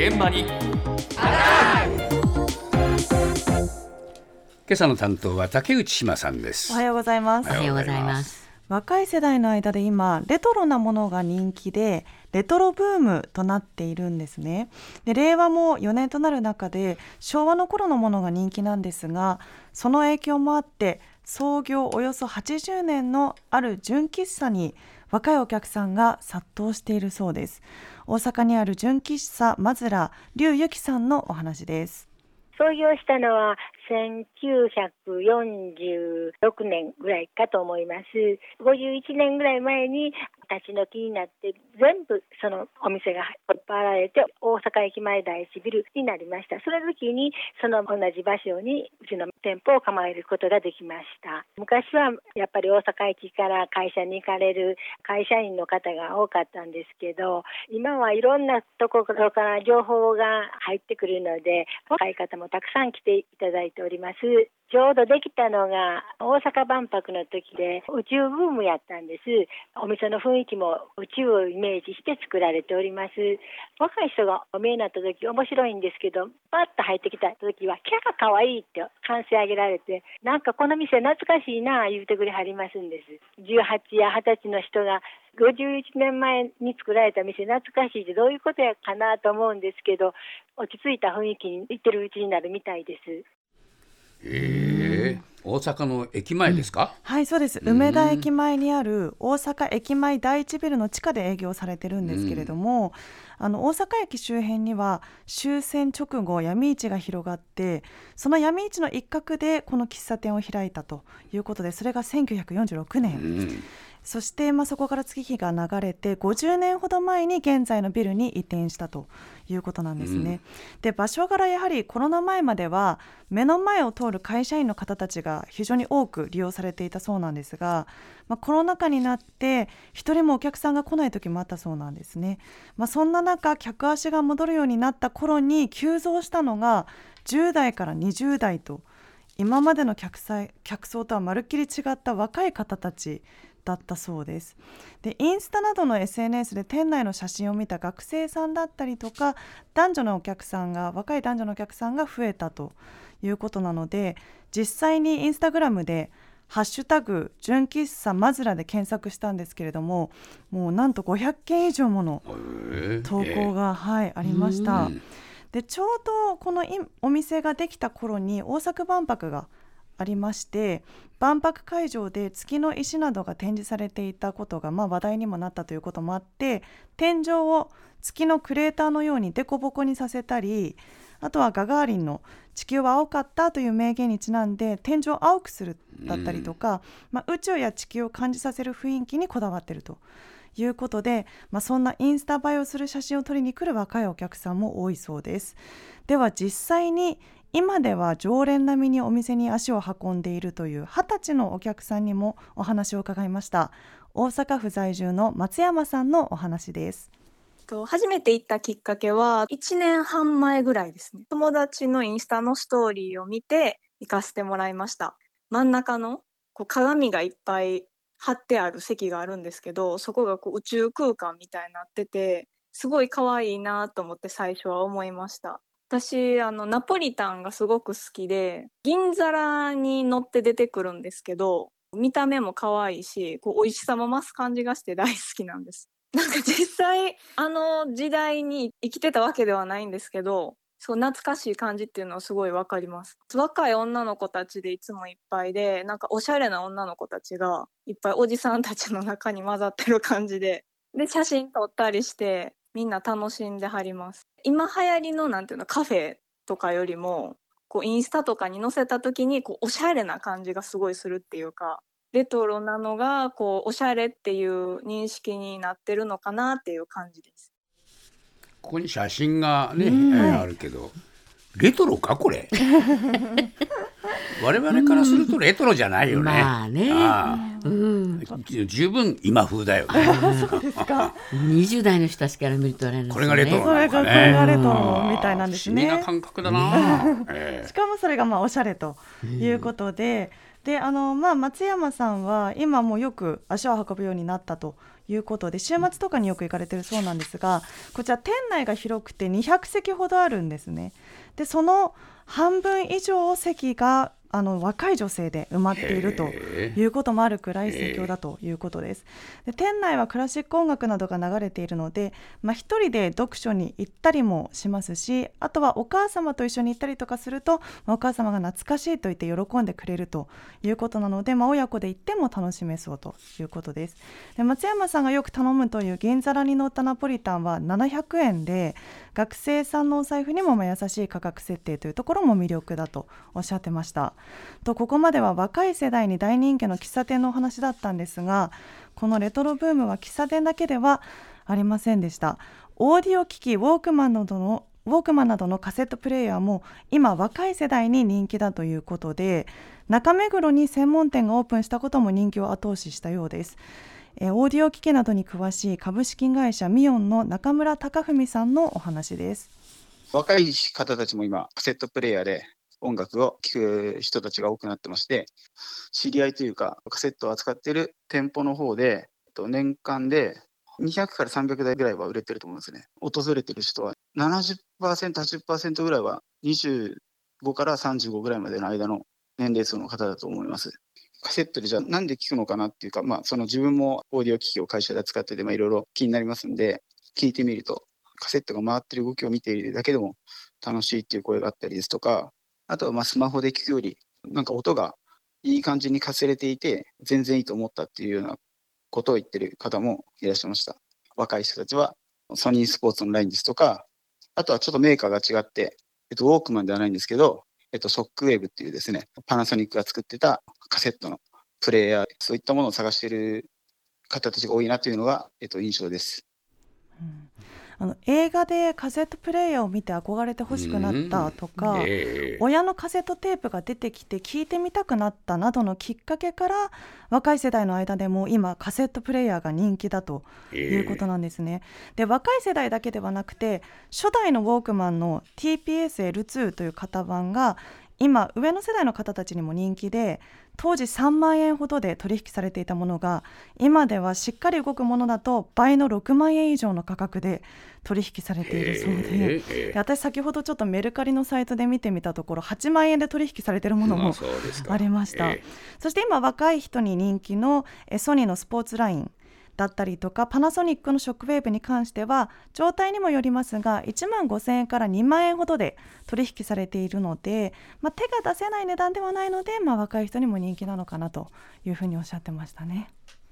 現場に今朝の担当は竹内志麻さんです。 おはようございます。 おはようございます。 若い世代の間で今レトロなものが人気でレトロブームとなっているんですね。で、令和も4年となる中で昭和の頃のものが人気なんですが、その影響もあって創業およそ80年のある純喫茶に若いお客さんが殺到しているそうです。大阪にある純喫茶マズラ劉由紀さんのお話です。 創業したのは1946年ぐらいかと思います。51年ぐらい前に立ち退きになって全部そのお店が取っ払われて大阪駅前第一ビルになりました。その時にその同じ場所にうちの店舗を構えることができました。昔はやっぱり大阪駅から会社に行かれる会社員の方が多かったんですけど、今はいろんなところから情報が入ってくるので若い方もたくさん来ていただいております。ちょうどできたのが大阪万博の時で宇宙ブームやったんです。お店の雰囲気も宇宙をイメージして作られております。若い人がお見えになった時面白いんですけど、パッと入ってきた時はキャーかわいいって歓声上げられて、なんかこの店懐かしいな言うてくれはりますんです。18や20歳の人が51年前に作られた店懐かしいってどういうことやかなと思うんですけど、落ち着いた雰囲気に行ってるうちになるみたいです。 大阪の駅前ですか？ はい、そうです。梅田駅前にある大阪駅前第一ビルの地下で営業されてるんですけれども、大阪駅周辺には終戦直後闇市が広がって、その闇市の一角でこの喫茶店を開いたということで、それが1946年、そしてそこから月日が流れて50年ほど前に現在のビルに移転したということなんですね。で、場所柄やはりコロナ前までは目の前を通る会社員の方たちが非常に多く利用されていたそうなんですが、コロナ禍になって一人もお客さんが来ない時もあったそうなんですね。そんな中、客足が戻るようになった頃に急増したのが10代から20代と、今までの客層とはまるっきり違った若い方たちだったそうです。で、インスタなどの SNS で店内の写真を見た学生さんだったりとか若い男女のお客さんが増えたということなので、実際にインスタグラムでハッシュタグ純喫茶マズラで検索したんですけれども、もうなんと500件以上もの投稿が、ありました。で、ちょうどこのお店ができた頃に大阪万博がありまして、万博会場で月の石などが展示されていたことが話題にもなったということもあって、天井を月のクレーターのようにデコボコにさせたり、あとはガガーリンの地球は青かったという名言にちなんで天井を青くするだったりとか、宇宙や地球を感じさせる雰囲気にこだわっているということで、そんなインスタ映えをする写真を撮りに来る若いお客さんも多いそうです。では実際に今では常連並みにお店に足を運んでいるという20歳のお客さんにもお話を伺いました。大阪府在住の松山さんのお話です。 初めて行ったきっかけは1年半前ぐらいですね。友達のインスタのストーリーを見て行かせてもらいました。真ん中の鏡がいっぱい貼ってある席があるんですけど、そこが宇宙空間みたいになってて、すごい可愛いなと思って最初は思いました。私ナポリタンがすごく好きで、銀皿に乗って出てくるんですけど、見た目も可愛いし美味しさも増す感じがして大好きなんです。なんか実際時代に生きてたわけではないんですけど、そう懐かしい感じっていうのはすごいわかります。若い女の子たちでいつもいっぱいで、なんかおしゃれな女の子たちがいっぱいおじさんたちの中に混ざってる感じで、写真撮ったりしてみんな楽しんではります。今流行りのカフェとかよりもインスタとかに載せた時におしゃれな感じがすごいするっていうか、レトロなのがおしゃれっていう認識になってるのかなっていう感じです。 ここに写真がね、あるけどレトロかこれ我々からするとレトロじゃないよね。十分今風だよね。 そうですか。 20代の人たちから見るとあれなんですね。 これがレトロなんかね。 これがレトロみたいなんですね。 不思議な感覚だな。 しかもそれがおしゃれということで、松山さんは今もよく足を運ぶようになったということで、週末とかによく行かれてるそうなんですが、こちら店内が広くて200席ほどあるんですね。でその半分以上席が若い女性で埋まっているということもあるくらい盛況だということです。で店内はクラシック音楽などが流れているので、一人で読書に行ったりもしますし、あとはお母様と一緒に行ったりとかすると、お母様が懐かしいと言って喜んでくれるということなので、親子で行っても楽しめそうということです。で松山さんがよく頼むという銀皿に乗ったナポリタンは700円で、学生さんのお財布にも優しい価格設定というところも魅力だとおっしゃってました。ここまでは若い世代に大人気の喫茶店のお話だったんですが、このレトロブームは喫茶店だけではありませんでした。オーディオ機器ウォークマンなどのカセットプレーヤーも今若い世代に人気だということで、中目黒に専門店がオープンしたことも人気を後押ししたようです。オーディオ機器などに詳しい株式会社ミオンの中村隆文さんのお話です。 若い方たちも今カセットプレーヤーで音楽を聴く人たちが多くなってまして、知り合いというかカセットを扱っている店舗の方で年間で200から300台ぐらいは売れてると思うんですね。訪れてる人は 70%、80% ぐらいは25から35ぐらいまでの間の年齢層の方だと思います。カセットでじゃあなんで聴くのかなっていうか、その自分もオーディオ機器を会社で扱ってていろいろ気になりますんで、聞いてみるとカセットが回ってる動きを見ているだけでも楽しいっていう声があったりですとか、あとはスマホで聞くよりなんか音がいい感じにかすれていて全然いいと思ったっていうようなことを言ってる方もいらっしゃいました。若い人たちはソニースポーツのラインですとか、あとはちょっとメーカーが違って、ウォークマンではないんですけど、ショックウェーブっていうですね、パナソニックが作ってたカセットのプレイヤー、そういったものを探している方たちが多いなというのが、印象です。 映画でカセットプレイヤーを見て憧れて欲しくなったとか、親のカセットテープが出てきて聞いてみたくなったなどのきっかけから若い世代の間でも今カセットプレイヤーが人気だということなんですね。で若い世代だけではなくて、初代のウォークマンの TPS-L2 という型番が今上の世代の方たちにも人気で、当時3万円ほどで取引されていたものが今ではしっかり動くものだと倍の6万円以上の価格で取引されているそうで、私先ほどちょっとメルカリのサイトで見てみたところ8万円で取引されているものもありました。そして今若い人に人気のソニーのスポーツラインだったりとか、パナソニックのショックウェーブに関しては状態にもよりますが1万5000円から2万円ほどで取引されているので、手が出せない値段ではないので、若い人にも人気なのかなというふうにおっしゃってましたね。